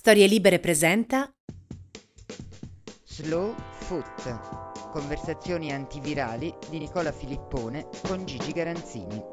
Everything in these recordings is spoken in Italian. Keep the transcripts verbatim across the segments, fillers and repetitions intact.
Storie Libere presenta Slow Foot, conversazioni antivirali di Nicola Filippone con Gigi Garanzini.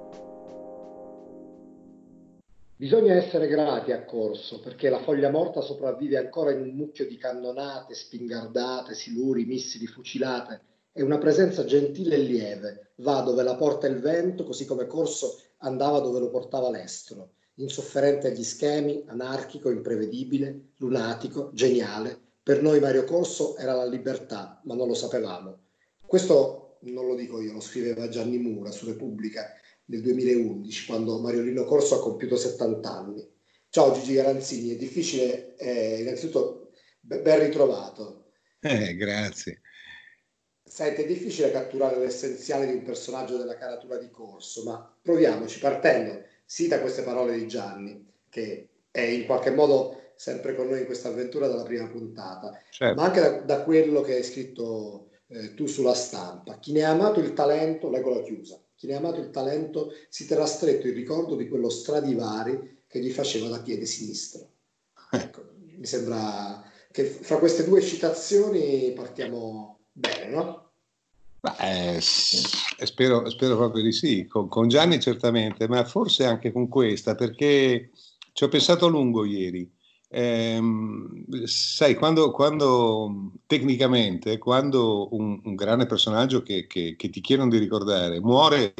Bisogna essere grati a Corso, perché la foglia morta sopravvive ancora in un mucchio di cannonate, spingardate, siluri, missili, fucilate. È una presenza gentile e lieve, va dove la porta il vento, così come Corso andava dove lo portava l'estero. Insofferente agli schemi, anarchico, imprevedibile, lunatico, geniale. Per noi Mario Corso era la libertà, ma non lo sapevamo. Questo non lo dico io, lo scriveva Gianni Mura su Repubblica nel duemilaundici, quando Mariolino Corso ha compiuto settanta anni. Ciao Gigi Garanzini, è difficile, eh, innanzitutto ben ritrovato. Eh, grazie. Senti, è difficile catturare l'essenziale di un personaggio della caratura di Corso, ma proviamoci partendo sì da queste parole di Gianni, che è in qualche modo sempre con noi in questa avventura dalla prima puntata, certo. Ma anche da, da quello che hai scritto eh, tu sulla stampa. Chi ne ha amato il talento, leggola chiusa, chi ne ha amato il talento si terrà stretto il ricordo di quello Stradivari che gli faceva da piede sinistro. Ecco, mi sembra che fra queste due citazioni partiamo bene, no? Beh, eh, spero, spero proprio di sì, con, con Gianni certamente, ma forse anche con questa, perché ci ho pensato a lungo ieri. Eh, sai, quando, quando tecnicamente, quando un, un grande personaggio che, che, che ti chiedono di ricordare muore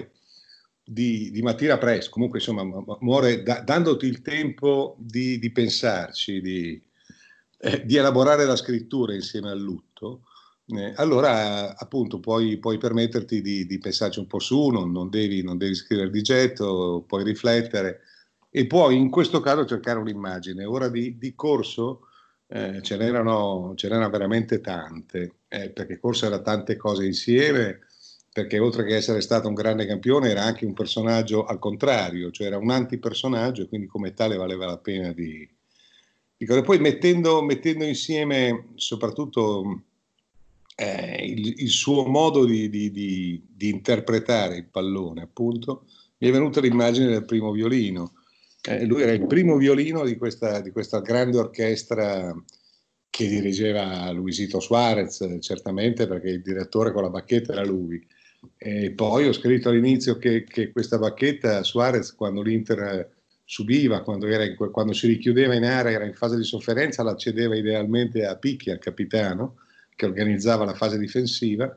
di, di mattina presto, comunque insomma muore da, dandoti il tempo di, di pensarci, di, eh, di elaborare la scrittura insieme al lutto, eh, allora appunto puoi, puoi permetterti di, di pensarci un po' su, non, non, devi, non devi scrivere di getto, puoi riflettere e puoi in questo caso cercare un'immagine. Ora di, di Corso eh, ce n'erano, ce n'erano veramente tante, eh, perché Corso era tante cose insieme, perché oltre che essere stato un grande campione era anche un personaggio al contrario, cioè era un antipersonaggio e quindi come tale valeva la pena di... di poi mettendo, mettendo insieme soprattutto eh, il, il suo modo di, di, di, di interpretare il pallone, appunto, mi è venuta l'immagine del primo violino. Eh, lui era il primo violino di questa, di questa grande orchestra che dirigeva Luisito Suarez, certamente perché il direttore con la bacchetta era lui. E poi ho scritto all'inizio che, che questa bacchetta Suarez, quando l'Inter subiva, quando, era in, quando si richiudeva in area, era in fase di sofferenza, la cedeva idealmente a Picchi, al capitano, che organizzava la fase difensiva.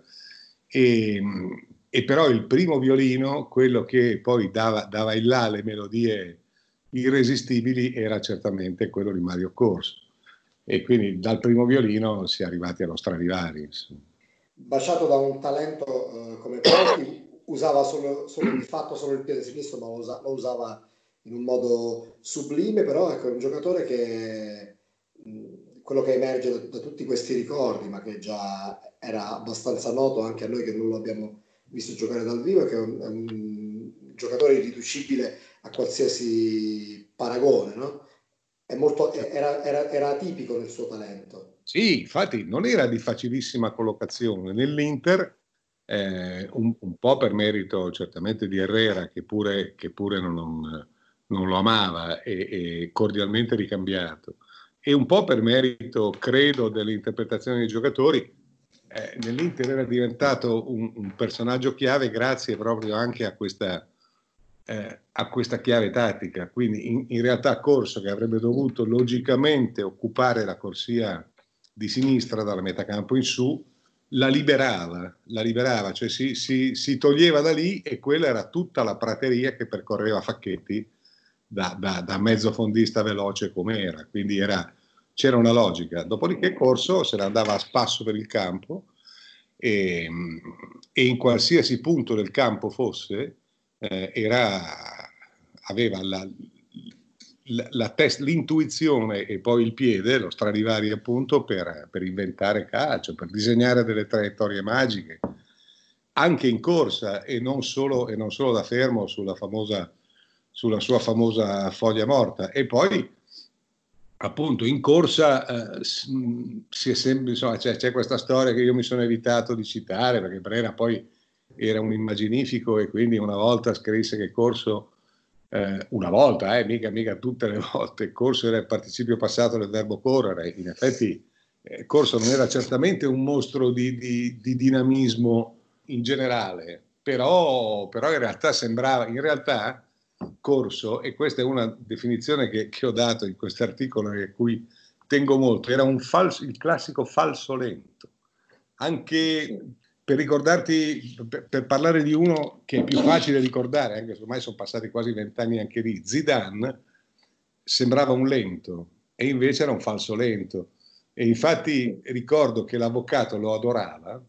E, e però il primo violino, quello che poi dava, dava il là alle melodie irresistibili, era certamente quello di Mario Corso. E quindi dal primo violino si è arrivati allo Stradivari. Baciato da un talento eh, come pochi, usava solo, solo di fatto solo il piede sinistro, ma lo, usa, lo usava in un modo sublime, però ecco, è un giocatore che mh, quello che emerge da, da tutti questi ricordi, ma che già era abbastanza noto anche a noi che non lo abbiamo visto giocare dal vivo, è che è un, è un giocatore irriducibile a qualsiasi paragone, no? È molto, era, era, era atipico nel suo talento. Sì, infatti non era di facilissima collocazione nell'Inter, eh, un, un po' per merito certamente di Herrera, che pure, che pure non, non, non lo amava e, e cordialmente ricambiato, e un po' per merito, credo, dell'interpretazione dei giocatori. Eh, nell'Inter era diventato un, un personaggio chiave grazie proprio anche a questa, eh, a questa chiave tattica. Quindi in, in realtà Corso, che avrebbe dovuto logicamente occupare la corsia di sinistra dalla metà campo in su, la liberava, la liberava, cioè si, si, si toglieva da lì e quella era tutta la prateria che percorreva Facchetti da, da, da mezzofondista veloce come era, quindi era, c'era una logica. Dopodiché Corso se ne andava a spasso per il campo e, e in qualsiasi punto del campo fosse eh, era, aveva la, la, la test, l'intuizione e poi il piede, lo Stradivari appunto, per, per inventare calcio, per disegnare delle traiettorie magiche, anche in corsa e non solo, e non solo da fermo sulla, famosa, sulla sua famosa foglia morta. E poi appunto in corsa eh, si è sempre, insomma, c'è, c'è questa storia che io mi sono evitato di citare perché Brera poi era un immaginifico e quindi una volta scrisse che Corso eh, una volta, eh, mica, mica tutte le volte. Corso era il participio passato del verbo correre, in effetti eh, Corso non era certamente un mostro di, di, di dinamismo in generale, però, però in realtà sembrava, in realtà Corso, e questa è una definizione che, che ho dato in questo articolo e a cui tengo molto, era un falso, il classico falso lento. Anche per ricordarti, per, per parlare di uno che è più facile ricordare, anche se ormai sono passati quasi vent'anni anche lì, Zidane sembrava un lento e invece era un falso lento. E infatti ricordo che l'avvocato lo adorava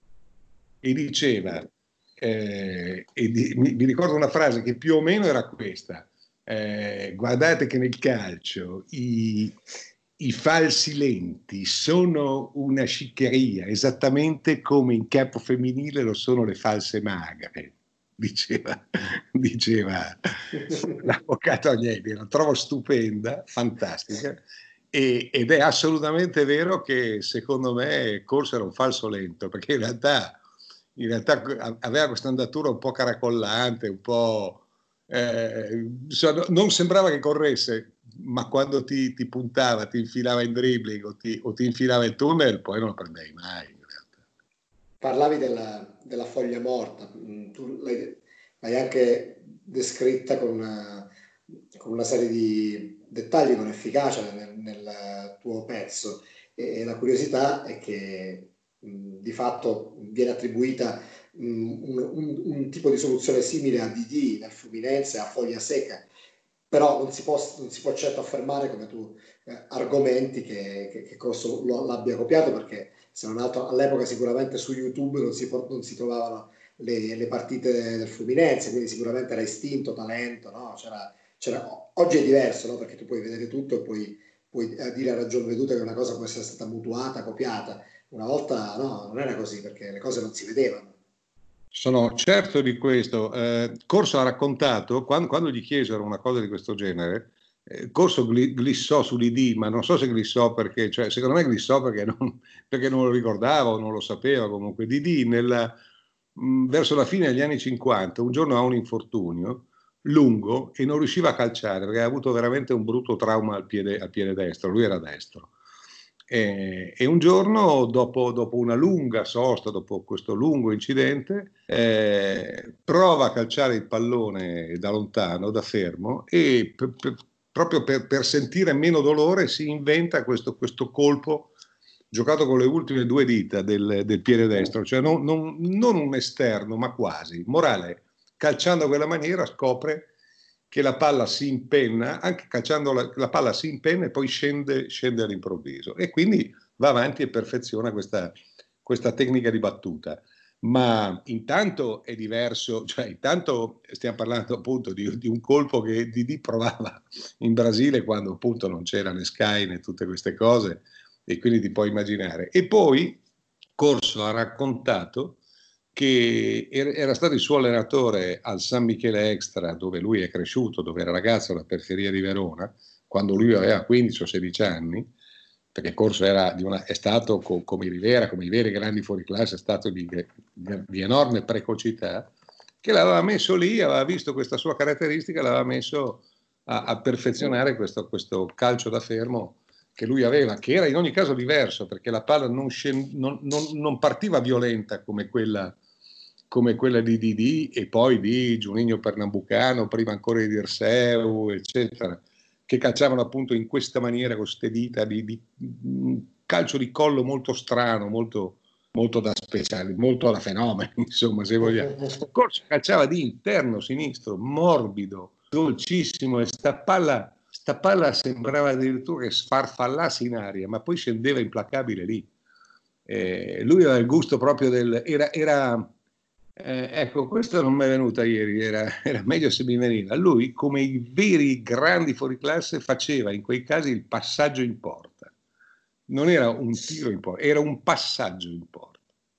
e diceva, eh, e di, mi, mi ricordo una frase che più o meno era questa, eh, guardate che nel calcio i, i falsi lenti sono una sciccheria, esattamente come in campo femminile lo sono le false magre, diceva, diceva l'avvocato Agnelli. La trovo stupenda, fantastica, e, ed è assolutamente vero che secondo me Corso era un falso lento, perché in realtà, in realtà aveva questa andatura un po' caracollante, un po'... Eh, non sembrava che corresse, ma quando ti, ti puntava, ti infilava in dribbling o ti, o ti infilava in tunnel, poi non lo prendevi mai in realtà. Parlavi della, della foglia morta, tu l'hai, l'hai anche descritta con una, con una serie di dettagli, con efficacia nel, nel tuo pezzo, e, e la curiosità è che mh, di fatto viene attribuita mh, un, un, un tipo di soluzione simile a Didi nel Fluminense, a foglia secca, però non si può, non si può certo affermare, come tu eh, argomenti, che, che, che Corso lo, l'abbia copiato, perché se non altro all'epoca sicuramente su YouTube non si, non si trovavano le, le partite del Fluminense, quindi sicuramente era istinto, talento, no? C'era, c'era, oggi è diverso, no? Perché tu puoi vedere tutto e puoi, puoi dire a ragion veduta che una cosa può essere stata mutuata, copiata. Una volta no, non era così, perché le cose non si vedevano. Sono certo di questo. Eh, Corso ha raccontato, quando, quando gli chiesero una cosa di questo genere, eh, Corso gli, glissò sull'I D, ma non so se glissò perché, cioè secondo me glissò perché non, perché non lo ricordava o non lo sapeva comunque. Didi nella, mh, verso la fine degli anni cinquanta, un giorno ha un infortunio lungo e non riusciva a calciare perché ha avuto veramente un brutto trauma al piede, al piede destro, lui era destro. E, e un giorno, dopo, dopo una lunga sosta, dopo questo lungo incidente, eh, prova a calciare il pallone da lontano, da fermo, e per, per, proprio per, per sentire meno dolore si inventa questo, questo colpo giocato con le ultime due dita del, del piede destro, cioè non, non, non un esterno, ma quasi. Morale, calciando a quella maniera scopre che la palla si impenna, anche calciando la, la palla si impenna e poi scende, scende all'improvviso. E quindi va avanti e perfeziona questa, questa tecnica di battuta. Ma intanto è diverso, cioè intanto stiamo parlando appunto di, di un colpo che Didi provava in Brasile quando appunto non c'era né Sky né tutte queste cose, e quindi ti puoi immaginare. E poi Corso ha raccontato che era stato il suo allenatore al San Michele Extra, dove lui è cresciuto, dove era ragazzo alla periferia di Verona, quando lui aveva quindici o sedici anni, perché Corso era di una, è stato, co, come i Rivera, come i veri grandi fuoriclasse, è stato di, di enorme precocità, che l'aveva messo lì, aveva visto questa sua caratteristica, l'aveva messo a, a perfezionare questo, questo calcio da fermo che lui aveva, che era in ogni caso diverso, perché la palla non, scend- non, non, non partiva violenta come quella, come quella di Didi e poi di Juninho Pernambucano, prima ancora di Dirseu, eccetera, che calciavano appunto in questa maniera, con queste dita, di, di calcio di collo molto strano, molto, molto da speciale, molto da fenomeno, insomma, se vogliamo. Corso calciava di interno sinistro, morbido, dolcissimo, e sta palla... Sta palla sembrava addirittura che sfarfallasse in aria, ma poi scendeva implacabile lì. Eh, lui aveva il gusto proprio del... Era, era eh, ecco, questo non mi è venuta ieri, era, era meglio se mi veniva. Lui, come i veri grandi fuoriclasse, faceva in quei casi il passaggio in porta. Non era un tiro in porta, era un passaggio in porta.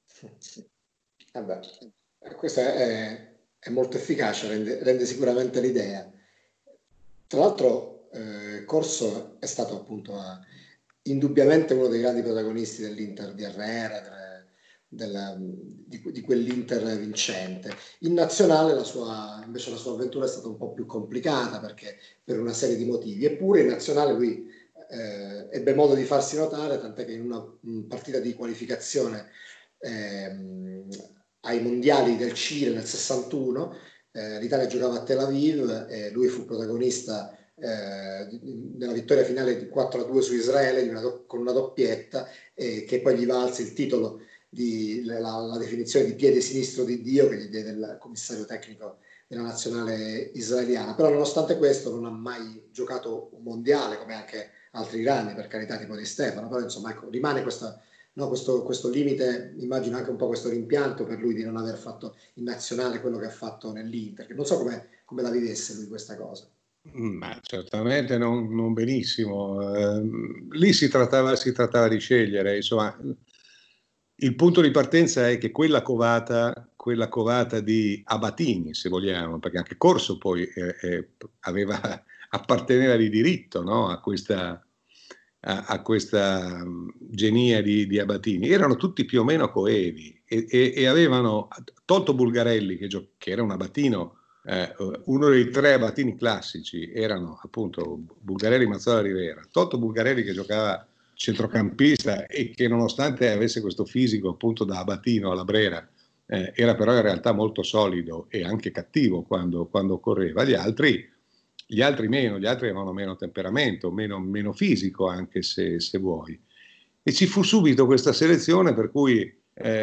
Vabbè, questo è, è molto efficace, rende, rende sicuramente l'idea. Tra l'altro eh, Corso è stato appunto eh, indubbiamente uno dei grandi protagonisti dell'Inter di Herrera, della, di, di quell'Inter vincente. In nazionale la sua, invece la sua avventura è stata un po' più complicata perché per una serie di motivi, eppure in nazionale lui eh, ebbe modo di farsi notare, tant'è che in una in partita di qualificazione ehm, ai mondiali del Cile nel sessantuno eh, l'Italia giocava a Tel Aviv e lui fu protagonista eh, nella vittoria finale di quattro a due su Israele una do- con una doppietta eh, che poi gli valse il titolo di la, la definizione di piede sinistro di Dio che gli diede il commissario tecnico della nazionale israeliana. Però nonostante questo non ha mai giocato un mondiale come anche altri grandi, per carità, tipo Di Stefano, però insomma ecco, rimane questa, no, questo, questo limite, immagino anche un po' questo rimpianto per lui di non aver fatto in nazionale quello che ha fatto nell'Inter, che non so come, come la vivesse lui questa cosa. Ma certamente non, non benissimo. Eh, lì si trattava, si trattava di scegliere, insomma. Il punto di partenza è che quella covata, quella covata di Abatini, se vogliamo, perché anche Corso poi eh, eh, aveva, apparteneva di diritto, no? a questa, a, a questa um, genia di, di Abatini, erano tutti più o meno coevi e, e, e avevano, tolto Bulgarelli, che, gio- che era un abatino, eh, uno dei tre abatini classici erano appunto Bulgarelli, Mazzola, Rivera, tolto Bulgarelli che giocava centrocampista e che nonostante avesse questo fisico appunto da abatino alla Brera eh, era però in realtà molto solido e anche cattivo quando, quando correva. Gli altri, gli altri meno, gli altri avevano meno temperamento, meno, meno fisico anche se, se vuoi. E ci fu subito questa selezione per cui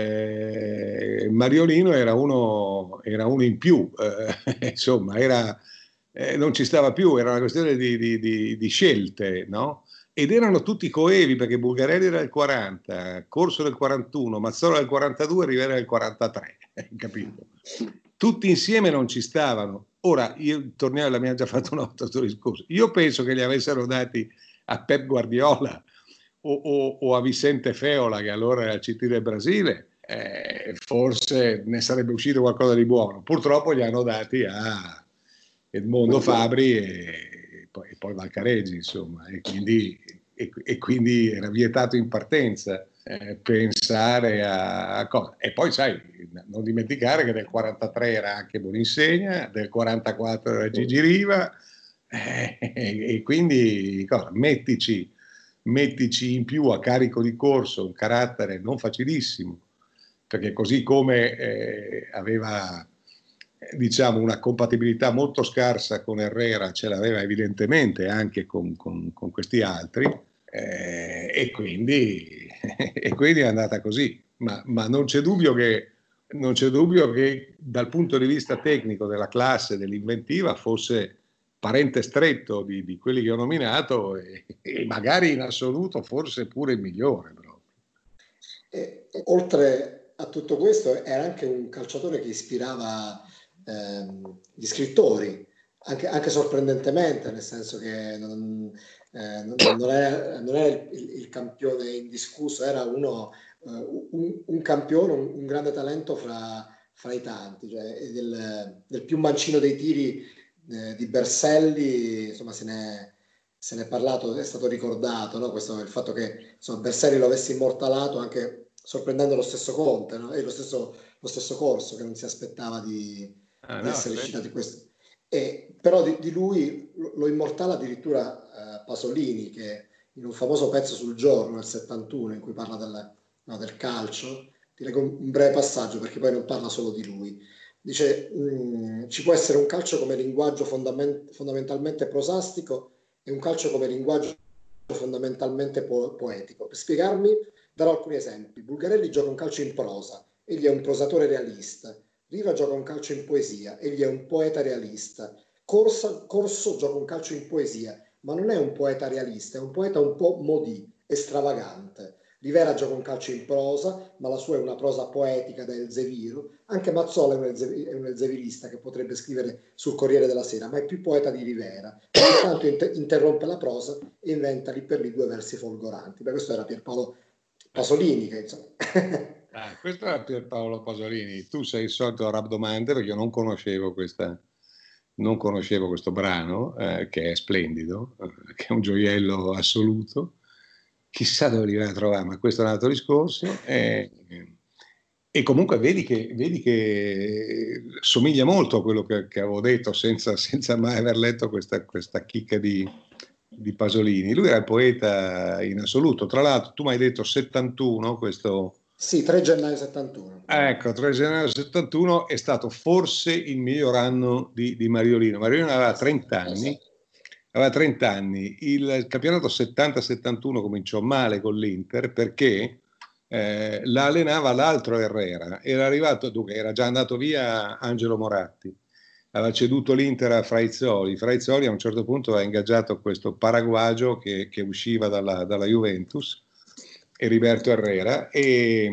eh, Mariolino era uno, era uno in più, eh, insomma era, eh, non ci stava più, era una questione di, di, di, di scelte, no? Ed erano tutti coevi perché Bulgarelli era del quaranta, Corso del quarantuno, Mazzola del quarantadue, Rivera del quarantatré, capito? Tutti insieme non ci stavano. Ora, io, Torniamo, l'abbiamo già fatto una volta questo discorso, io penso che li avessero dati a Pep Guardiola o, o, o a Vicente Feola, che allora era il C T del Brasile, eh, forse ne sarebbe uscito qualcosa di buono. Purtroppo li hanno dati a Edmondo Fabri e poi, e poi Valcareggi, insomma, e quindi, e, e quindi era vietato in partenza eh, pensare a, a cose. E poi sai, non dimenticare che nel quarantatré era anche Boninsegna, del quarantaquattro era Gigi Riva, eh, e quindi cosa, mettici, mettici in più a carico di Corso un carattere non facilissimo, perché così come eh, aveva diciamo una compatibilità molto scarsa con Herrera, ce l'aveva evidentemente anche con, con, con questi altri eh, e, quindi, e quindi è andata così, ma, ma non c'è dubbio che non c'è dubbio che dal punto di vista tecnico della classe, dell'inventiva, fosse parente stretto di, di quelli che ho nominato e, e magari in assoluto forse pure il migliore. Però. E, oltre a tutto questo era anche un calciatore che ispirava ehm, gli scrittori, anche, anche sorprendentemente, nel senso che non, eh, non, non era, non era il, il campione indiscusso, era uno, uh, un, un campione, un, un grande talento fra, fra i tanti, cioè del, del più mancino dei tiri eh, di Berselli, insomma se ne, se ne è parlato, è stato ricordato, no? Questo, il fatto che insomma, Berselli lo avesse immortalato anche sorprendendo lo stesso Conte, no? E lo stesso, lo stesso Corso che non si aspettava di, Ah, di no, essere sì. citato in questo. E, però di, di lui lo, lo immortala addirittura eh, Pasolini, che in un famoso pezzo sul Giorno nel settantuno in cui parla del, no, del calcio, ti leggo un, un breve passaggio perché poi non parla solo di lui. Dice, mh, ci può essere un calcio come linguaggio fondament- fondamentalmente prosastico e un calcio come linguaggio fondamentalmente po- poetico. Per spiegarmi, darò alcuni esempi. Bulgarelli gioca un calcio in prosa, egli è un prosatore realista. Riva gioca un calcio in poesia, egli è un poeta realista. Corsa, Corso gioca un calcio in poesia, ma non è un poeta realista, è un poeta un po' modì, estravagante. Rivera gioca un calcio in prosa, ma la sua è una prosa poetica da Elzeviro. Anche Mazzola è un, Elze, è un elzevirista che potrebbe scrivere sul Corriere della Sera, ma è più poeta di Rivera. Ogni tanto inter- interrompe la prosa e inventa lì per lì due versi folgoranti. Beh, questo era Pierpaolo Pasolini, che insomma... Ah, questo era Pierpaolo Pasolini. Tu sei il solito rabdomante perché io non conoscevo questa, non conoscevo questo brano, eh, che è splendido, eh, che è un gioiello assoluto. Chissà dove li vai a trovare, ma questo è un altro discorso. E, E comunque vedi che, vedi che somiglia molto a quello che, che avevo detto senza, senza mai aver letto questa, questa chicca di, di Pasolini. Lui era il poeta in assoluto. Tra l'altro tu mi hai detto settantuno, questo... Sì, tre gennaio settantuno. Ecco, tre gennaio settantuno è stato forse il miglior anno di, di Mariolino. Mariolino aveva trenta anni, aveva trenta anni. Il campionato settanta settantuno cominciò male con l'Inter perché eh, la allenava l'altro Herrera. Era arrivato, dunque, era già andato via Angelo Moratti, aveva ceduto l'Inter a Fraizzoli. Fraizzoli a un certo punto ha ingaggiato questo paraguagio che, che usciva dalla, dalla Juventus, Heriberto Herrera, e,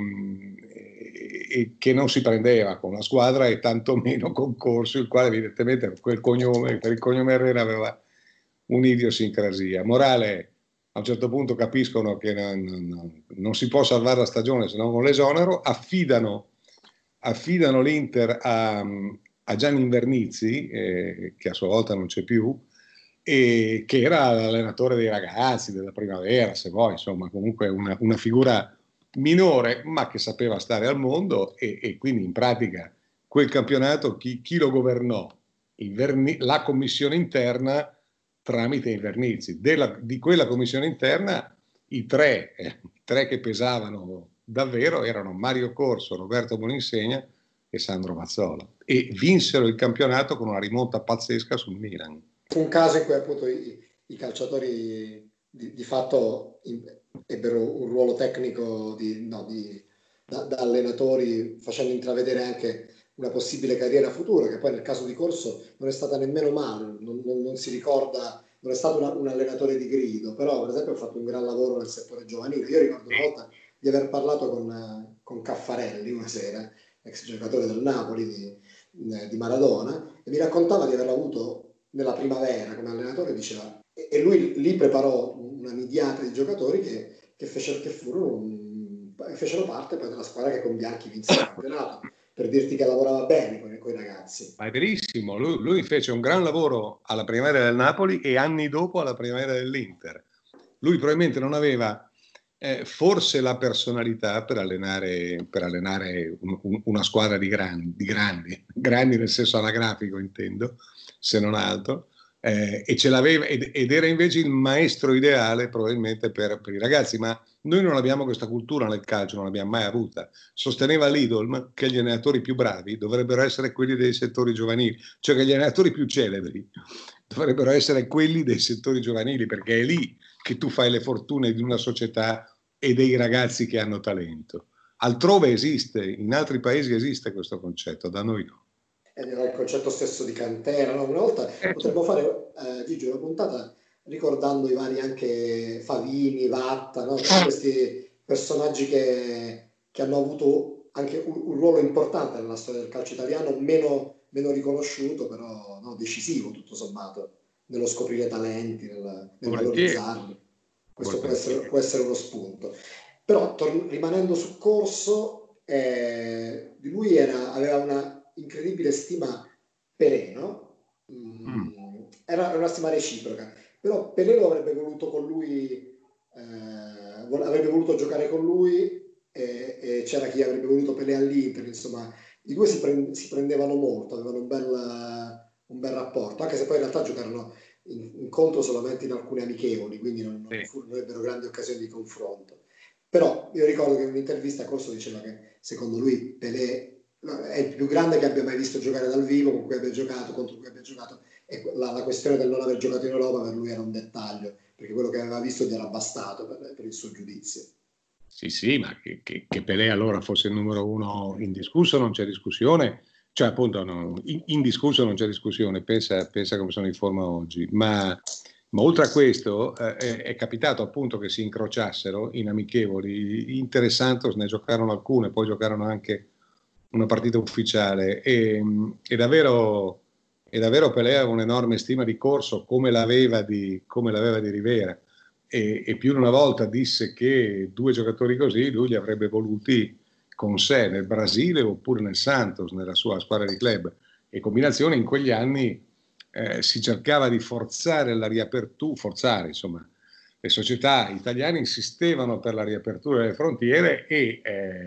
e che non si prendeva con la squadra e tantomeno con Corso, il quale evidentemente quel cognome, per il cognome Herrera aveva un'idiosincrasia. Morale, a un certo punto capiscono che non, non, non si può salvare la stagione se non con l'esonero, affidano, affidano l'Inter a, a Gianni Invernizzi, eh, che a sua volta non c'è più, e che era l'allenatore dei ragazzi della primavera, se vuoi, insomma, comunque una, una figura minore, ma che sapeva stare al mondo, e, e quindi in pratica quel campionato chi, chi lo governò? Inverni, la commissione interna tramite Invernizzi. Della, di quella commissione interna i tre, eh, i tre che pesavano davvero erano Mario Corso, Roberto Boninsegna e Sandro Mazzola, e vinsero il campionato con una rimonta pazzesca sul Milan. Fu un caso in cui appunto i, i calciatori di, di fatto in, ebbero un ruolo tecnico di, no, di, da, da allenatori, facendo intravedere anche una possibile carriera futura, che poi nel caso di Corso non è stata nemmeno male, non, non, non si ricorda, non è stato una, un allenatore di grido, però per esempio ha fatto un gran lavoro nel settore giovanile. Io ricordo una volta di aver parlato con, con Caffarelli una sera, ex giocatore del Napoli di, di Maradona, e mi raccontava di aver avuto nella primavera come allenatore, diceva, e, e lui lì preparò una nidiata di giocatori che, che, fecero, che furono, fecero parte poi della squadra che con Bianchi vinse il campionato, per dirti che lavorava bene con, con i ragazzi. Ma è verissimo, lui, lui fece un gran lavoro alla primavera del Napoli e anni dopo alla primavera dell'Inter. Lui probabilmente non aveva eh, forse la personalità per allenare, per allenare un, un, una squadra di grandi, di grandi, grandi nel senso anagrafico intendo, se non altro, eh, e ce l'aveva, ed, ed era invece il maestro ideale probabilmente per, per i ragazzi, ma noi non abbiamo questa cultura nel calcio, non l'abbiamo mai avuta. Sosteneva Lidl che gli allenatori più bravi dovrebbero essere quelli dei settori giovanili, cioè che gli allenatori più celebri dovrebbero essere quelli dei settori giovanili, perché è lì che tu fai le fortune di una società e dei ragazzi che hanno talento. Altrove esiste, in altri paesi esiste questo concetto, da noi no. Ed era il concetto stesso di cantera, no? Una volta eh, potremmo fare, eh, Gigi, una puntata ricordando i vari anche Favini, Vatta, no? Questi personaggi che, che hanno avuto anche un, un ruolo importante nella storia del calcio italiano, meno, meno riconosciuto, però no, decisivo tutto sommato, nello scoprire talenti, nel, nel valorizzarli. Questo può essere, può essere uno spunto. Però tor- rimanendo su Corso, eh, di lui era, aveva una incredibile stima Pelé, no? Mm, mm. Era una stima reciproca, però Pelé lo avrebbe voluto con lui, eh, avrebbe voluto giocare con lui, e, e c'era chi avrebbe voluto Pelé all'Inter, insomma i due si, pre- si prendevano molto, avevano un bel, un bel rapporto, anche se poi in realtà giocarono in, incontro solamente in alcune amichevoli, quindi non, non furono, ebbero grandi occasioni di confronto. Però io ricordo che in un'intervista a Corso diceva che secondo lui Pelé è il più grande che abbia mai visto giocare dal vivo, con cui abbia giocato, contro cui abbia giocato, e la, la questione del non aver giocato in Europa per lui era un dettaglio, perché quello che aveva visto gli era bastato per, per il suo giudizio. Sì, sì, ma che, che, che Pelé allora fosse il numero uno indiscusso non c'è discussione, cioè appunto no, indiscusso non c'è discussione, pensa, pensa come sono in forma oggi, ma, ma oltre a questo eh, è, è capitato appunto che si incrociassero in amichevoli. Inter e Santos ne giocarono alcune, poi giocarono anche una partita ufficiale, e, e davvero, e davvero Pelé aveva un'enorme stima di Corso, come l'aveva di, come l'aveva di Rivera, e, e più di una volta disse che due giocatori così lui li avrebbe voluti con sé nel Brasile oppure nel Santos, nella sua squadra di club. E combinazione in quegli anni eh, si cercava di forzare la riapertura, forzare insomma, le società italiane insistevano per la riapertura delle frontiere, e eh,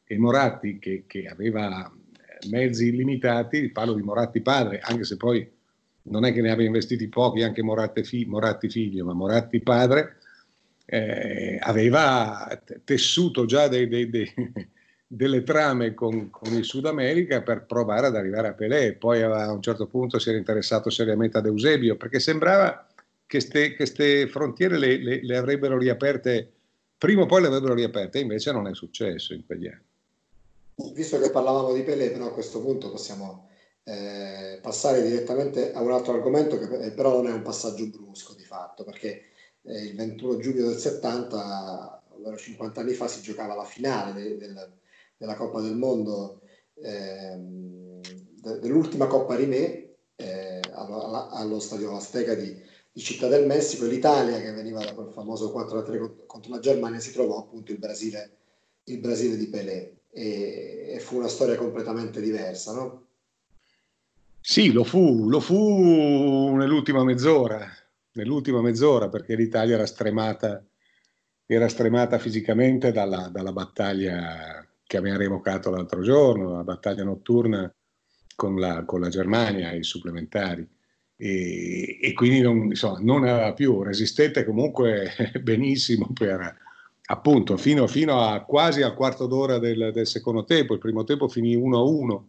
e Moratti che, che aveva mezzi illimitati, parlo di Moratti padre, anche se poi non è che ne abbia investiti pochi, anche Moratti, fi, Moratti figlio, ma Moratti padre, eh, aveva tessuto già dei, dei, dei, delle trame con, con il Sud America per provare ad arrivare a Pelé. Poi a un certo punto si era interessato seriamente ad Eusebio, perché sembrava che queste frontiere le, le, le avrebbero riaperte, prima o poi le avrebbero riaperte, invece non è successo in quegli anni. Visto che parlavamo di Pelé, però a questo punto possiamo eh, passare direttamente a un altro argomento che eh, però non è un passaggio brusco di fatto, perché eh, il ventuno giugno del settanta, ovvero cinquanta anni fa, si giocava la finale de, de, della Coppa del Mondo, eh, de, dell'ultima Coppa Rimé, eh, allo, allo Stadio Azteca di, di Città del Messico, e l'Italia, che veniva da quel famoso quattro a tre contro la Germania, si trovò appunto il Brasile, il Brasile di Pelé. E, e fu una storia completamente diversa, no? Sì, lo fu, lo fu nell'ultima mezz'ora, nell'ultima mezz'ora, perché l'Italia era stremata, era stremata fisicamente dalla, dalla battaglia che abbiamo rievocato l'altro giorno, la battaglia notturna con la, con la Germania e i supplementari. E, e quindi non, insomma, non aveva più, resistette comunque benissimo per, appunto, fino, fino a quasi al quarto d'ora del, del secondo tempo. Il primo tempo finì uno a uno.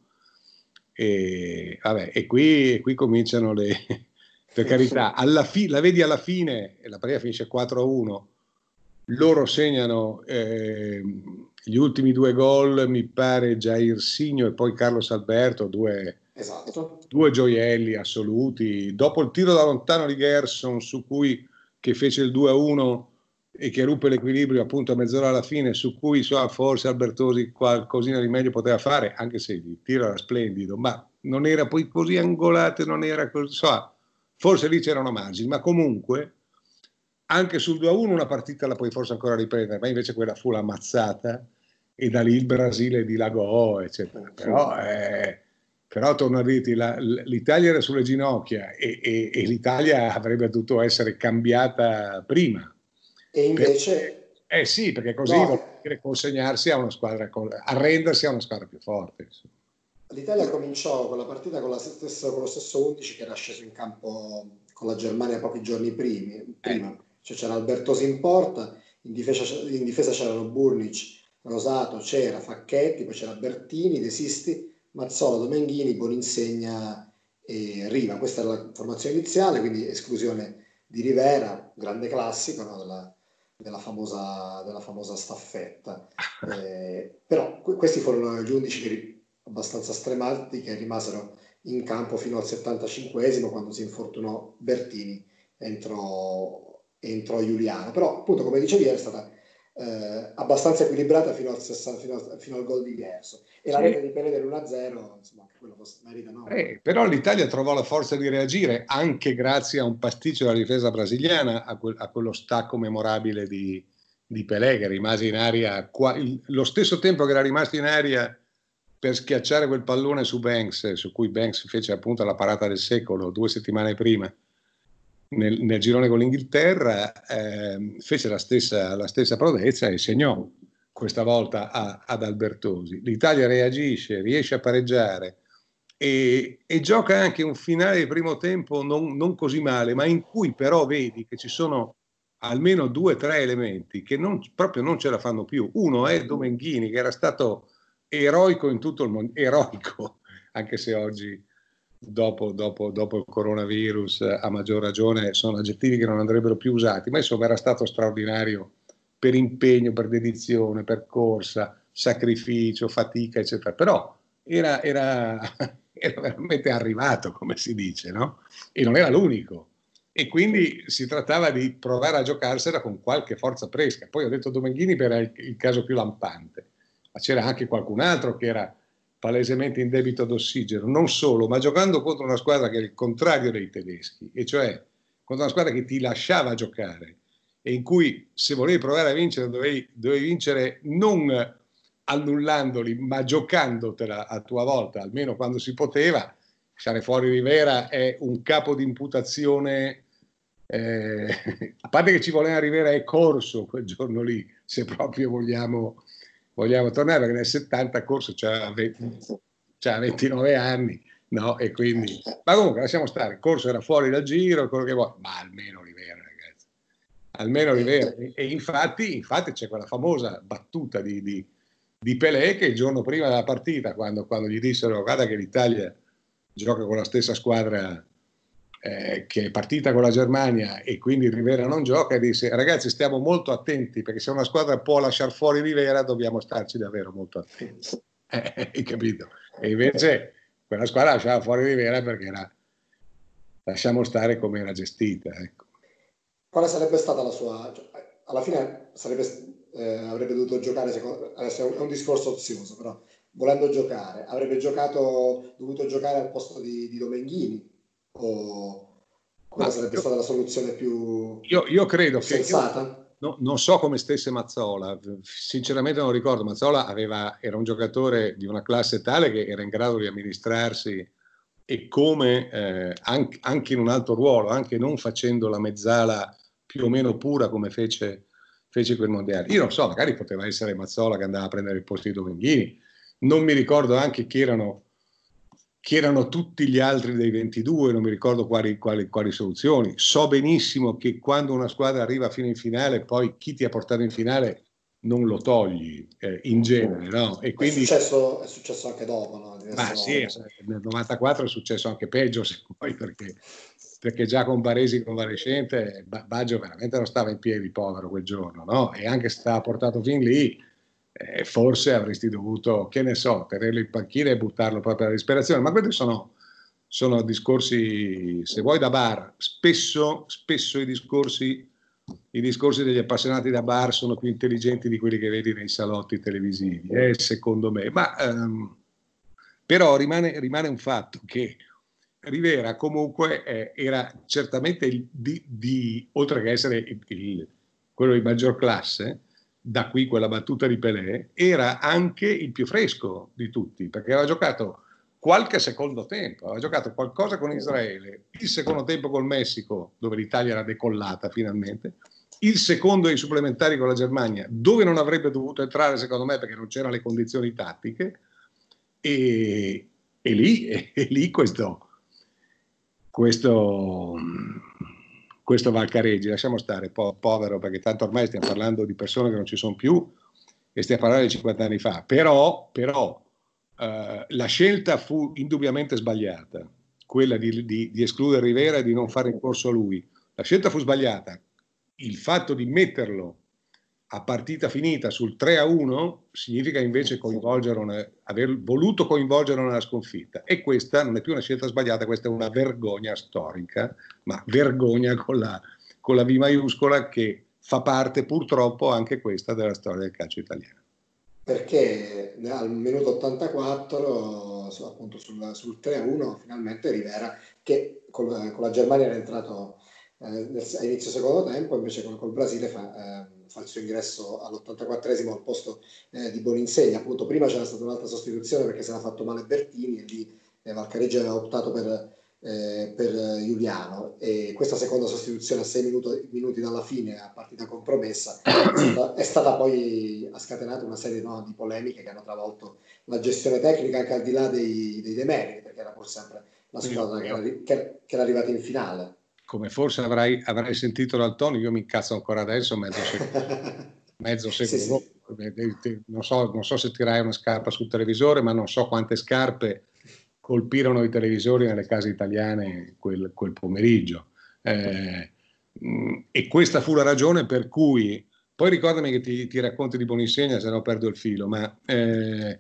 E, vabbè, e qui, e qui cominciano le, per carità, alla fi, la vedi alla fine, e la partita finisce quattro a uno, loro segnano eh, gli ultimi due gol, mi pare Jairzinho e poi Carlos Alberto, due, esatto. due gioielli assoluti. Dopo il tiro da lontano di Gerson, su cui, che fece il due a uno e che ruppe l'equilibrio appunto a mezz'ora alla fine, su cui so, forse Albertosi qualcosina di meglio poteva fare, anche se il tiro era splendido, ma non era poi così angolato, non era così, so, forse lì c'erano margini, ma comunque anche sul due a uno una partita la puoi forse ancora riprendere, ma invece quella fu la mazzata e da lì il Brasile dilagò, eccetera. Però, eh, però torno a dirti, la, l'Italia era sulle ginocchia e, e, e l'Italia avrebbe dovuto essere cambiata prima. E invece... Per, eh sì, perché così no, vuol dire consegnarsi a una squadra, arrendersi a una squadra più forte. Insomma. L'Italia cominciò con la partita con, la stessa, con lo stesso undici che era sceso in campo con la Germania pochi giorni primi, prima. Eh. Cioè c'era Albertosi in porta, in difesa, in difesa c'erano Burnic, Rosato, c'era Facchetti, poi c'era Bertini, De Sisti, Mazzola, Domenghini, Boninsegna e Riva. Questa era la formazione iniziale, quindi esclusione di Rivera, grande classico, no, della, della, famosa, della famosa staffetta. Eh, però questi furono gli undici che abbastanza stremati, che rimasero in campo fino al settantacinquesimo, quando si infortunò Bertini, entrò, entrò Giuliano. Però appunto, come dicevi, è stata eh, abbastanza equilibrata fino al, sessanta, fino, al, fino al gol di Gerso, e la rete di Pelé dell'uno a zero, insomma, anche quello merita, no? Eh, però l'Italia trovò la forza di reagire anche grazie a un pasticcio della difesa brasiliana, a, quel, a quello stacco memorabile di, di Pelé, che rimase in aria qua, il, lo stesso tempo che era rimasto in aria per schiacciare quel pallone su Banks, su cui Banks fece appunto la parata del secolo due settimane prima nel, nel girone con l'Inghilterra, eh, fece la stessa, la stessa prodezza e segnò questa volta a, ad Albertosi. L'Italia reagisce, riesce a pareggiare e, e gioca anche un finale di primo tempo non, non così male, ma in cui però vedi che ci sono almeno due o tre elementi che non, proprio non ce la fanno più. Uno è Domenghini, che era stato eroico in tutto il mondo, eroico, anche se oggi dopo, dopo, dopo il coronavirus a maggior ragione sono aggettivi che non andrebbero più usati, ma insomma era stato straordinario per impegno, per dedizione, per corsa, sacrificio, fatica, eccetera. Però era, era, era veramente arrivato, come si dice, no? E non era l'unico. E quindi si trattava di provare a giocarsela con qualche forza fresca. Poi ho detto Domenghini per il, il caso più lampante, ma c'era anche qualcun altro che era palesemente in debito d'ossigeno, non solo, ma giocando contro una squadra che è il contrario dei tedeschi, e cioè contro una squadra che ti lasciava giocare e in cui se volevi provare a vincere dovevi, dovevi vincere non annullandoli, ma giocandotela a tua volta, almeno quando si poteva. Stare fuori Rivera è un capo di imputazione, eh, a parte che ci voleva Rivera è corso quel giorno lì, se proprio vogliamo, vogliamo tornare, perché nel settanta corso c'ha ventinove anni, no? E quindi, ma comunque lasciamo stare, corso era fuori dal giro, quello che vuoi, ma almeno Rivera, ragazzi, almeno Rivera. E infatti, infatti c'è quella famosa battuta di, di, di Pelé che il giorno prima della partita, quando, quando gli dissero guarda che l'Italia gioca con la stessa squadra eh, che è partita con la Germania e quindi Rivera non gioca, e disse ragazzi stiamo molto attenti perché se una squadra può lasciare fuori Rivera dobbiamo starci davvero molto attenti. Eh, hai capito? E invece quella squadra lasciava fuori Rivera perché era, lasciamo stare come era gestita, ecco. Quale sarebbe stata la sua, cioè, alla fine sarebbe, eh, avrebbe dovuto giocare, secondo, adesso è un, è un discorso ozioso, però volendo giocare avrebbe giocato, dovuto giocare al posto di, di Domenghini, o quella Ma sarebbe io, stata la soluzione più, io, io credo più che sensata? io, no, non so come stesse Mazzola, sinceramente non ricordo. Mazzola aveva, era un giocatore di una classe tale che era in grado di amministrarsi e come eh, anche, anche in un alto ruolo, anche non facendo la mezzala più o meno pura come fece, fece quel mondiale. Io non so, magari poteva essere Mazzola che andava a prendere il posto di Domenghini. Non mi ricordo anche chi erano, chi erano tutti gli altri dei ventidue, non mi ricordo quali, quali, quali soluzioni. So benissimo che quando una squadra arriva fino in finale, poi chi ti ha portato in finale non lo togli eh, in genere, no? E quindi, è, successo, è successo anche dopo, no? ma sì, nel novantaquattro è successo anche peggio, se vuoi, perché, perché già con Baresi convalescente Baggio veramente non stava in piedi, povero, quel giorno, no? E anche se stava portato fin lì, eh, forse avresti dovuto, che ne so, tenerlo in panchina e buttarlo proprio alla disperazione. Ma questi sono, sono discorsi, se vuoi, da bar. Spesso, spesso i discorsi, i discorsi degli appassionati da bar sono più intelligenti di quelli che vedi nei salotti televisivi, eh, secondo me. Ma ehm, però rimane, rimane un fatto che Rivera comunque eh, era certamente il, di, di, oltre che essere il, il, quello di maggior classe, da qui quella battuta di Pelé, era anche il più fresco di tutti, perché aveva giocato qualche secondo tempo, aveva giocato qualcosa con Israele, il secondo tempo col Messico, dove l'Italia era decollata finalmente, il secondo ai supplementari con la Germania, dove non avrebbe dovuto entrare secondo me perché non c'erano le condizioni tattiche, e, e lì, e, e lì questo, questo, questo Valcareggi, lasciamo stare, po- povero, perché tanto ormai stiamo parlando di persone che non ci sono più e stiamo parlando di cinquanta anni fa, però, però eh, la scelta fu indubbiamente sbagliata, quella di, di, di escludere Rivera e di non fare ricorso a lui. La scelta fu sbagliata. Il fatto di metterlo a partita finita sul tre a uno significa invece coinvolgerlo, aver voluto coinvolgerlo nella sconfitta, e questa non è più una scelta sbagliata, questa è una vergogna storica, ma vergogna con la, con la V maiuscola, che fa parte purtroppo anche questa della storia del calcio italiano. Perché al minuto ottantaquattro, appunto sul, sul tre a uno, finalmente Rivera, che con, con la Germania era entrato eh, a inizio secondo tempo, invece con, col Brasile fa, eh, fa il suo ingresso all'ottantaquattresimo al posto eh, di Boninsegna. Appunto prima c'era stata un'altra sostituzione perché si era fatto male Bertini, e lì eh, Valcareggi aveva optato per, eh, per Giuliano, e questa seconda sostituzione a sei minuti, minuti dalla fine, a partita compromessa, è stata, è stata poi ha scatenato una serie, no, di polemiche che hanno travolto la gestione tecnica, anche al di là dei, dei demeriti, perché era pur sempre la squadra che era, che, che era arrivata in finale. Come forse avrai, avrai sentito dal tono, io mi incazzo ancora adesso mezzo secolo, mezzo secolo sì, dopo. sì. Non so, non so se tirai una scarpa sul televisore, ma non so quante scarpe colpirono i televisori nelle case italiane quel, quel pomeriggio. Eh, e questa fu la ragione per cui, poi ricordami che ti, ti racconti di Boninsegna, se no perdo il filo, ma eh,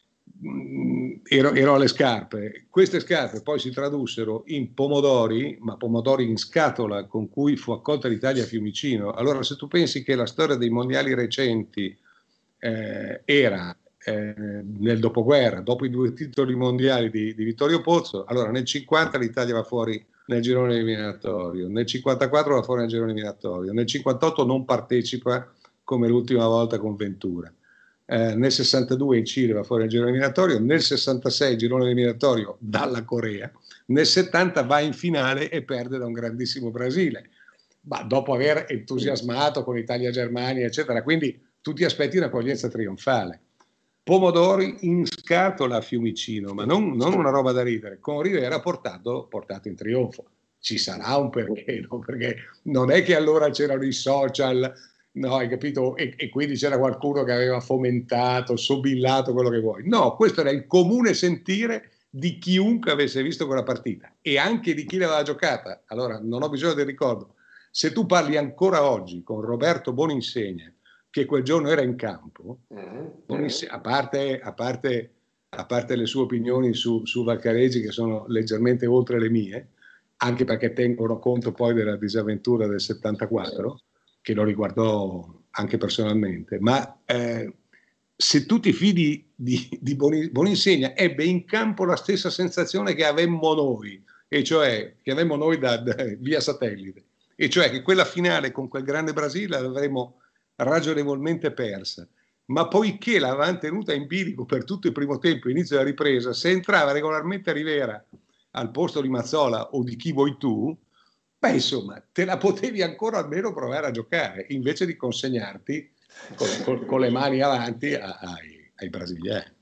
ero, ero alle scarpe. Queste scarpe poi si tradussero in pomodori, ma pomodori in scatola, con cui fu accolta l'Italia a Fiumicino. Allora, se tu pensi che la storia dei mondiali recenti eh, era eh, nel dopoguerra, dopo i due titoli mondiali di, di Vittorio Pozzo, allora nel cinquanta l'Italia va fuori nel girone eliminatorio, nel cinquantaquattro va fuori nel girone eliminatorio, nel cinquantotto non partecipa come l'ultima volta con Ventura. Eh, nel sessantadue in Cile va fuori al girone eliminatorio, nel sessantasei girone eliminatorio dalla Corea, nel settanta va in finale e perde da un grandissimo Brasile, ma dopo aver entusiasmato con Italia-Germania eccetera, quindi tu ti aspetti un'accoglienza trionfale. Pomodori in scatola a Fiumicino, ma non, non una roba da ridere, con Rivera portato, portato in trionfo. Ci sarà un perché, no? Perché non è che allora c'erano i social, no, hai capito? E, e quindi c'era qualcuno che aveva fomentato, sobillato, quello che vuoi. No, questo era il comune sentire di chiunque avesse visto quella partita e anche di chi l'aveva giocata. Allora, non ho bisogno del ricordo. Se tu parli ancora oggi con Roberto Boninsegna, che quel giorno era in campo, Boninsegna, a, parte, a, parte, a parte le sue opinioni su, su Valcareggi, che sono leggermente oltre le mie, anche perché tengono conto poi della disavventura del settantaquattro, che lo riguardò anche personalmente, ma eh, se tu ti fidi di, di Boninsegna, ebbe in campo la stessa sensazione che avemmo noi, e cioè che avemmo noi da, da, via satellite, e cioè che quella finale con quel grande Brasile l'avremmo ragionevolmente persa, ma poiché l'avevano tenuta in bilico per tutto il primo tempo, inizio della ripresa, se entrava regolarmente Rivera al posto di Mazzola o di chi vuoi tu, beh, insomma, te la potevi ancora almeno provare a giocare, invece di consegnarti con, con, con le mani avanti a, ai, ai brasiliani.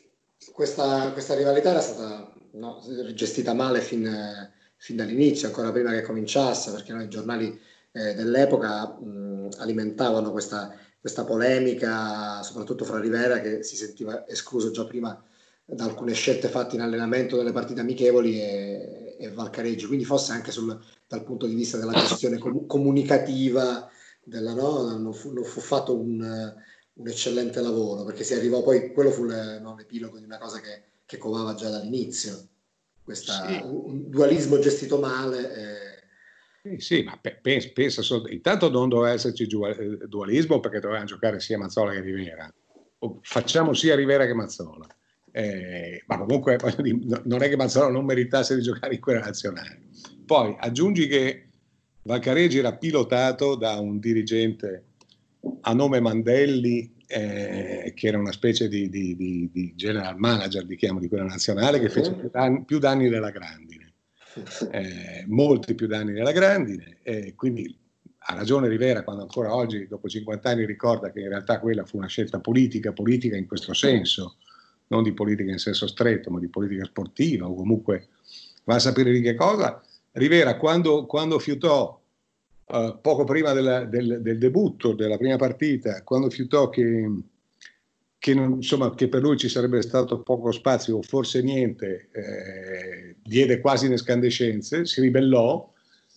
Questa, questa rivalità era stata no, gestita male fin, fin dall'inizio, ancora prima che cominciasse, perché no, i giornali eh, dell'epoca mh, alimentavano questa, questa polemica, soprattutto fra Rivera, che si sentiva escluso già prima da alcune scelte fatte in allenamento delle partite amichevoli, e, e Valcareggi, quindi forse anche sul, dal punto di vista della gestione com- comunicativa della, no, non, fu, non fu fatto un, un eccellente lavoro, perché si arrivò poi, quello fu le, no, l'epilogo di una cosa che, che covava già dall'inizio, questa, sì. un dualismo gestito male. Eh. Sì, sì, ma pe- pensa, pensa solo, intanto non doveva esserci dualismo, perché dovevano giocare sia Mazzola che Rivera, o facciamo sia Rivera che Mazzola. Eh, ma comunque non è che Mazzola non meritasse di giocare in quella nazionale. Poi aggiungi che Valcareggi era pilotato da un dirigente a nome Mandelli, eh, che era una specie di, di, di, di general manager, di chiamo, di quella nazionale, che fece più danni, più danni della Grandine, eh, molti più danni della Grandine, eh, quindi ha ragione Rivera quando ancora oggi, dopo cinquanta anni, ricorda che in realtà quella fu una scelta politica, politica in questo senso, non di politica in senso stretto, ma di politica sportiva, o comunque va a sapere di che cosa. Rivera, quando, quando fiutò, uh, poco prima della, del, del debutto della prima partita, quando fiutò che, che, non, insomma, che per lui ci sarebbe stato poco spazio o forse niente, eh, diede quasi in escandescenze, si ribellò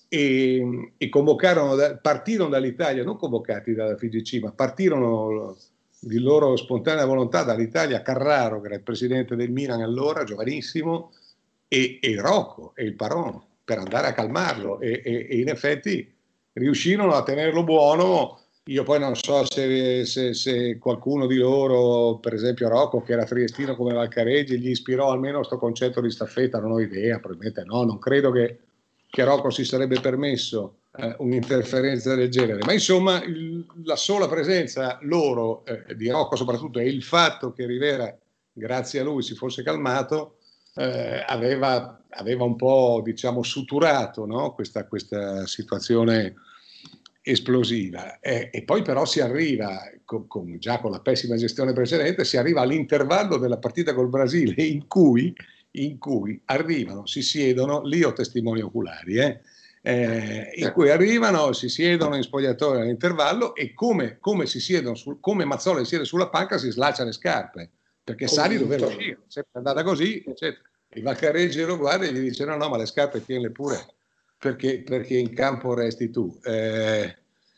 e, e convocarono, da, partirono dall'Italia, non convocati dalla F I G C, ma partirono di loro spontanea volontà dall'Italia Carraro, che era il presidente del Milan allora, giovanissimo, e, e Rocco e il Paron, per andare a calmarlo, e, e, e in effetti riuscirono a tenerlo buono. Io poi non so se, se, se qualcuno di loro, per esempio Rocco, che era triestino come Valcareggi, gli ispirò almeno questo concetto di staffetta, non ho idea, probabilmente no, non credo che, che Rocco si sarebbe permesso eh, un'interferenza del genere, ma insomma il, la sola presenza loro, eh, di Rocco soprattutto, e il fatto che Rivera, grazie a lui, si fosse calmato, eh, aveva, aveva un po', diciamo, suturato, no? questa, questa situazione esplosiva. Eh, e poi però si arriva, con, con, già con la pessima gestione precedente, si arriva all'intervallo della partita col Brasile in cui, in cui arrivano, si siedono, lì ho testimoni oculari, eh, eh, in cui arrivano, si siedono in spogliatoio all'intervallo e come, come, si siedono sul, come Mazzola siede sulla panca si slaccia le scarpe, perché Sari doveva uscire, sempre andata così, eccetera. Il Valcareggi lo guarda e gli dice no, no, ma le scarpe tienile pure, perché, perché in campo resti tu. Eh,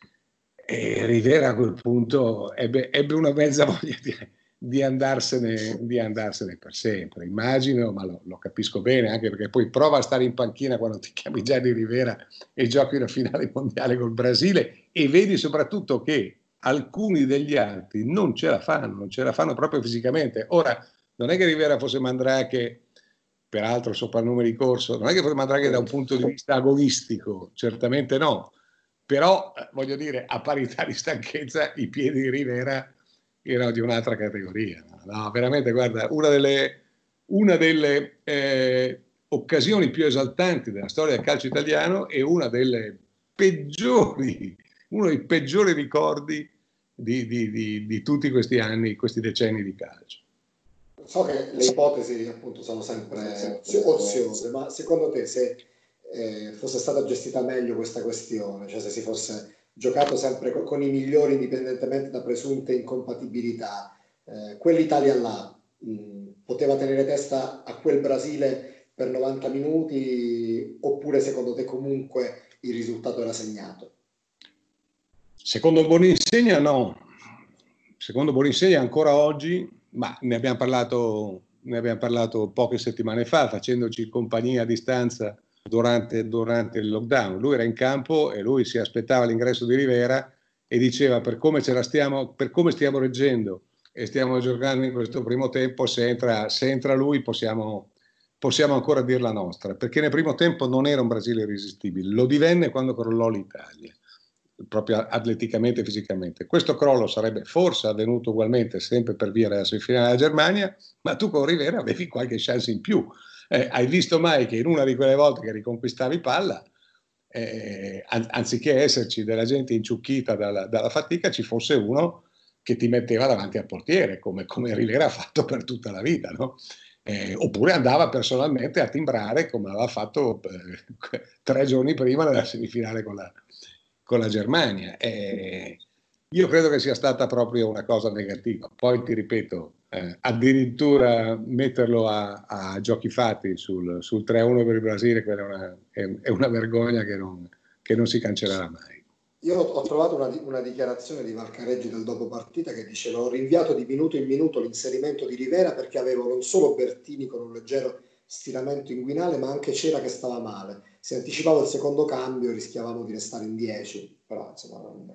e Rivera a quel punto ebbe, ebbe una mezza voglia di, di, andarsene, di andarsene per sempre, immagino, ma lo, lo capisco bene, anche perché poi prova a stare in panchina quando ti chiami Gianni Rivera e giochi una finale mondiale col Brasile e vedi soprattutto che alcuni degli altri non ce la fanno, non ce la fanno proprio fisicamente. Ora, non è che Rivera fosse Mandrake, peraltro soprannome di corso, non è che fosse Mandrake da un punto di vista agonistico, certamente no, però voglio dire, a parità di stanchezza i piedi di Rivera erano di un'altra categoria. No, veramente, guarda, una delle, una delle eh, occasioni più esaltanti della storia del calcio italiano e una delle peggiori, uno dei peggiori ricordi di, di, di, di tutti questi anni, questi decenni di calcio. So che le ipotesi appunto sono sempre oziose, ma secondo te se eh, fosse stata gestita meglio questa questione, cioè se si fosse giocato sempre con, con i migliori indipendentemente da presunte incompatibilità, eh, quell'Italia là mh, poteva tenere testa a quel Brasile per novanta minuti, oppure secondo te comunque il risultato era segnato? Secondo Boninsegna no, secondo Boninsegna ancora oggi, ma ne abbiamo parlato, ne abbiamo parlato poche settimane fa, facendoci compagnia a distanza durante, durante il lockdown. Lui era in campo e lui si aspettava l'ingresso di Rivera e diceva: per come ce la stiamo, per come stiamo reggendo e stiamo giocando in questo primo tempo, se entra, se entra lui possiamo, possiamo ancora dir la nostra, perché nel primo tempo non era un Brasile irresistibile, lo divenne quando crollò l'Italia, proprio atleticamente e fisicamente. Questo crollo sarebbe forse avvenuto ugualmente sempre per via della semifinale della Germania, ma tu con Rivera avevi qualche chance in più. Eh, hai visto mai che in una di quelle volte che riconquistavi palla, eh, an- anziché esserci della gente inciucchita dalla, dalla fatica, ci fosse uno che ti metteva davanti al portiere, come, come Rivera ha fatto per tutta la vita, no? Eh, oppure andava personalmente a timbrare come aveva fatto eh, tre giorni prima nella semifinale con la, con la Germania. Eh, io credo che sia stata proprio una cosa negativa. Poi ti ripeto, eh, addirittura metterlo a, a giochi fatti sul, sul tre a uno per il Brasile, quella è una, è, è una vergogna che non, che non si cancellerà mai. Io ho trovato una, una dichiarazione di Valcareggi del dopo partita che diceva: ho rinviato di minuto in minuto l'inserimento di Rivera perché avevo non solo Bertini con un leggero stiramento inguinale, ma anche Cera che stava male. Se anticipavo il secondo cambio rischiavamo di restare in dieci, però insomma non...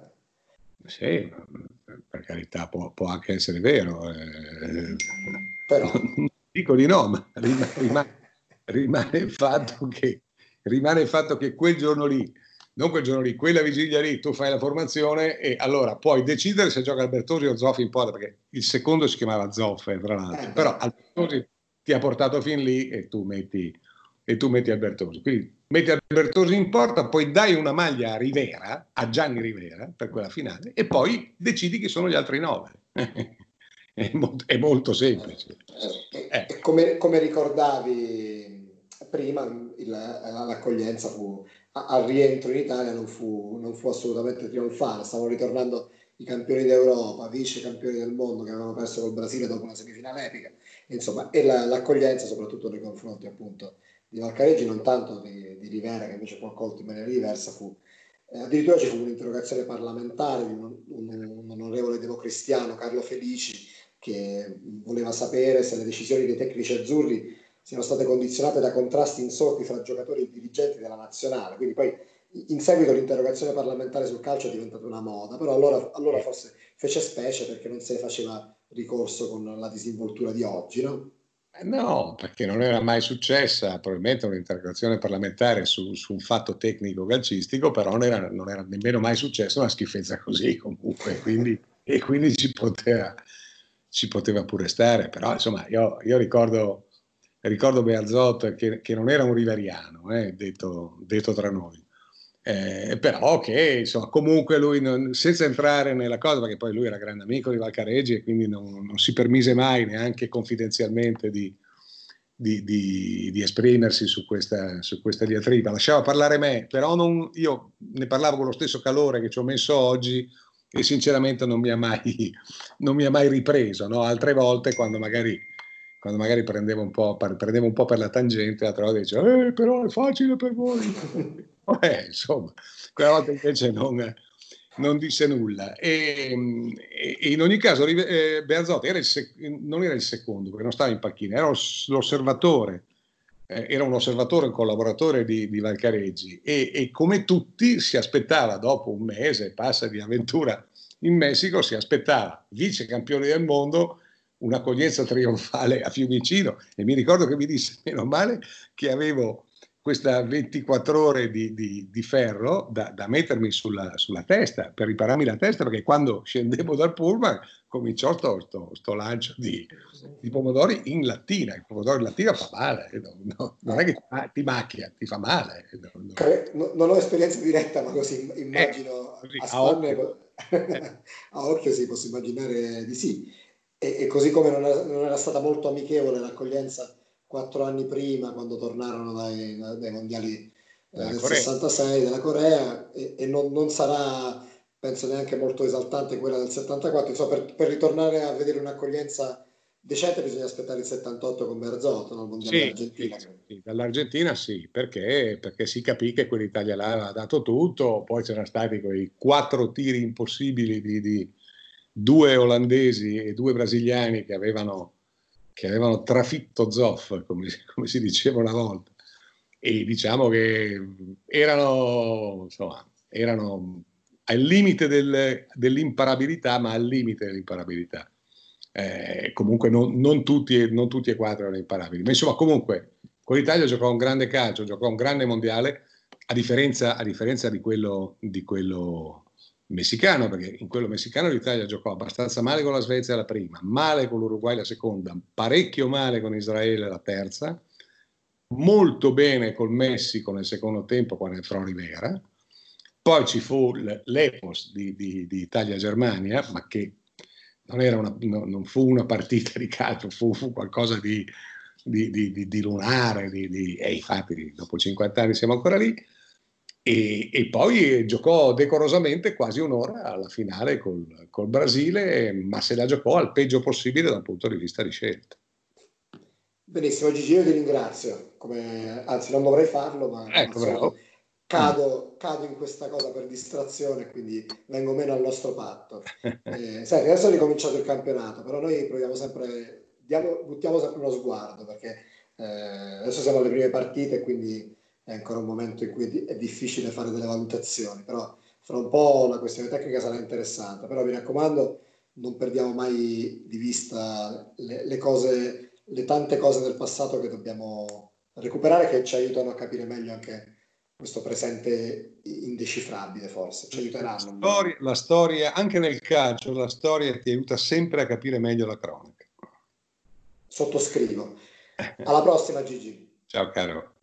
Sì, per carità, può, può anche essere vero. Eh, però non dico di no, ma rimane, rimane, rimane, il fatto che, rimane il fatto che quel giorno lì, non quel giorno lì, quella vigilia lì, tu fai la formazione e allora puoi decidere se gioca Albertosi o Zoffi in porta, perché il secondo si chiamava Zoffe, tra l'altro, eh però Albertosi ti ha portato fin lì e tu metti, e tu metti Albertosi. Quindi metti Albertosi in porta, poi dai una maglia a Rivera, a Gianni Rivera, per quella finale, e poi decidi chi sono gli altri nove. È molto, è molto semplice. E, Eh. e come, come ricordavi prima, il, l'accoglienza fu, al rientro in Italia non fu, non fu assolutamente trionfale. Stavano ritornando i campioni d'Europa, vice campioni del mondo che avevano perso col Brasile dopo una semifinale epica. Insomma, e la, l'accoglienza soprattutto nei confronti appunto di Valcareggi, non tanto di, di Rivera, che invece fu accolto in maniera diversa, fu eh, addirittura ci fu un'interrogazione parlamentare di un, un, un onorevole democristiano, Carlo Felici, che voleva sapere se le decisioni dei tecnici azzurri siano state condizionate da contrasti insorti fra giocatori e dirigenti della nazionale. Quindi poi in seguito l'interrogazione parlamentare sul calcio è diventata una moda, però allora, allora forse fece specie perché non se ne faceva ricorso con la disinvoltura di oggi, no? No, perché non era mai successa, probabilmente un'interrogazione parlamentare su, su un fatto tecnico calcistico, però non era, non era nemmeno mai successa una schifezza così comunque, quindi, e quindi ci poteva, ci poteva pure stare. Però insomma io, io ricordo, ricordo Bearzot che, che non era un riveriano, eh, detto, detto tra noi. Eh, però che insomma comunque lui non, senza entrare nella cosa, perché poi lui era grande amico di Valcareggi e quindi non, non si permise mai neanche confidenzialmente di, di, di, di esprimersi su questa, su questa diatriba, lasciava parlare me, però non, io ne parlavo con lo stesso calore che ci ho messo oggi e sinceramente non mi ha mai, non mi ha mai ripreso, no? Altre volte quando magari quando magari prendevo un po', prendevo un po' per la tangente, l'altra volta dicevo, eh, però è facile per voi. Eh, insomma, quella volta invece non, non disse nulla. E, e in ogni caso, eh, Bearzot era il sec- non era il secondo, perché non stava in panchina, era l'osservatore, eh, era un osservatore, un collaboratore di, di Valcareggi e, e come tutti si aspettava, dopo un mese, passa di avventura in Messico, si aspettava vice campione del mondo, un'accoglienza trionfale a Fiumicino e mi ricordo che mi disse meno male che avevo questa ventiquattro ore di, di, di ferro da, da mettermi sulla, sulla testa per ripararmi la testa, perché quando scendevo dal pullman cominciò sto, sto, sto lancio di, di pomodori in lattina. Il pomodoro in lattina fa male, no, no, non è che ti, ti macchia, ti fa male. No, no. Non ho esperienza diretta, ma così immagino eh, così, a a occhio, spanne A occhio sì, posso immaginare di sì. E, e così come non era, non era stata molto amichevole l'accoglienza quattro anni prima, quando tornarono dai, dai mondiali eh, del Corea. sessantasei della Corea, e, e non, non sarà, penso, neanche molto esaltante quella del settantaquattro. Insomma, per, per ritornare a vedere un'accoglienza decente bisogna aspettare il settantotto con Bearzotto, no? Il mondiale Sì, sì, d'Argentina. sì, dall'Argentina sì, perché, perché si capì che quell'Italia là aveva dato tutto, poi c'erano stati quei quattro tiri impossibili di, di due olandesi e due brasiliani che avevano, che avevano trafitto Zoff, come, come si diceva una volta, e diciamo che erano, insomma, erano al limite del, dell'imparabilità, ma al limite dell'imparabilità. Eh, comunque non, non, tutti, non tutti e quattro erano imparabili, ma insomma comunque con l'Italia giocò un grande calcio, giocò un grande mondiale, a differenza, a differenza di, quello, di quello messicano, perché in quello messicano l'Italia giocò abbastanza male con la Svezia la prima, male con l'Uruguay la seconda, parecchio male con Israele la terza, molto bene col Messico nel secondo tempo quando entrò Rivera, poi ci fu l'Epos di, di, di Italia-Germania, ma che non, era una, no, non fu una partita di calcio, fu, fu qualcosa di, di, di, di lunare, di, di, e infatti dopo cinquanta anni siamo ancora lì, e, e poi giocò decorosamente quasi un'ora alla finale col, col Brasile, ma se la giocò al peggio possibile dal punto di vista di scelta. Benissimo, Gigi, io ti ringrazio, come, anzi non dovrei farlo, ma come al Ecco, solito bravo. cado, cado in questa cosa per distrazione, quindi vengo meno al nostro patto. Eh, senti, adesso è ricominciato il campionato, però noi proviamo sempre, diamo, buttiamo sempre uno sguardo, perché eh, adesso siamo alle prime partite, quindi è ancora un momento in cui è, di- è difficile fare delle valutazioni, però fra un po' la questione tecnica sarà interessante, però mi raccomando, non perdiamo mai di vista le, le cose, le tante cose del passato che dobbiamo recuperare, che ci aiutano a capire meglio anche questo presente indecifrabile, forse ci La aiuteranno. storia, la storia, anche nel calcio, la storia ti aiuta sempre a capire meglio la cronaca. Sottoscrivo. Alla prossima, Gigi. Ciao caro.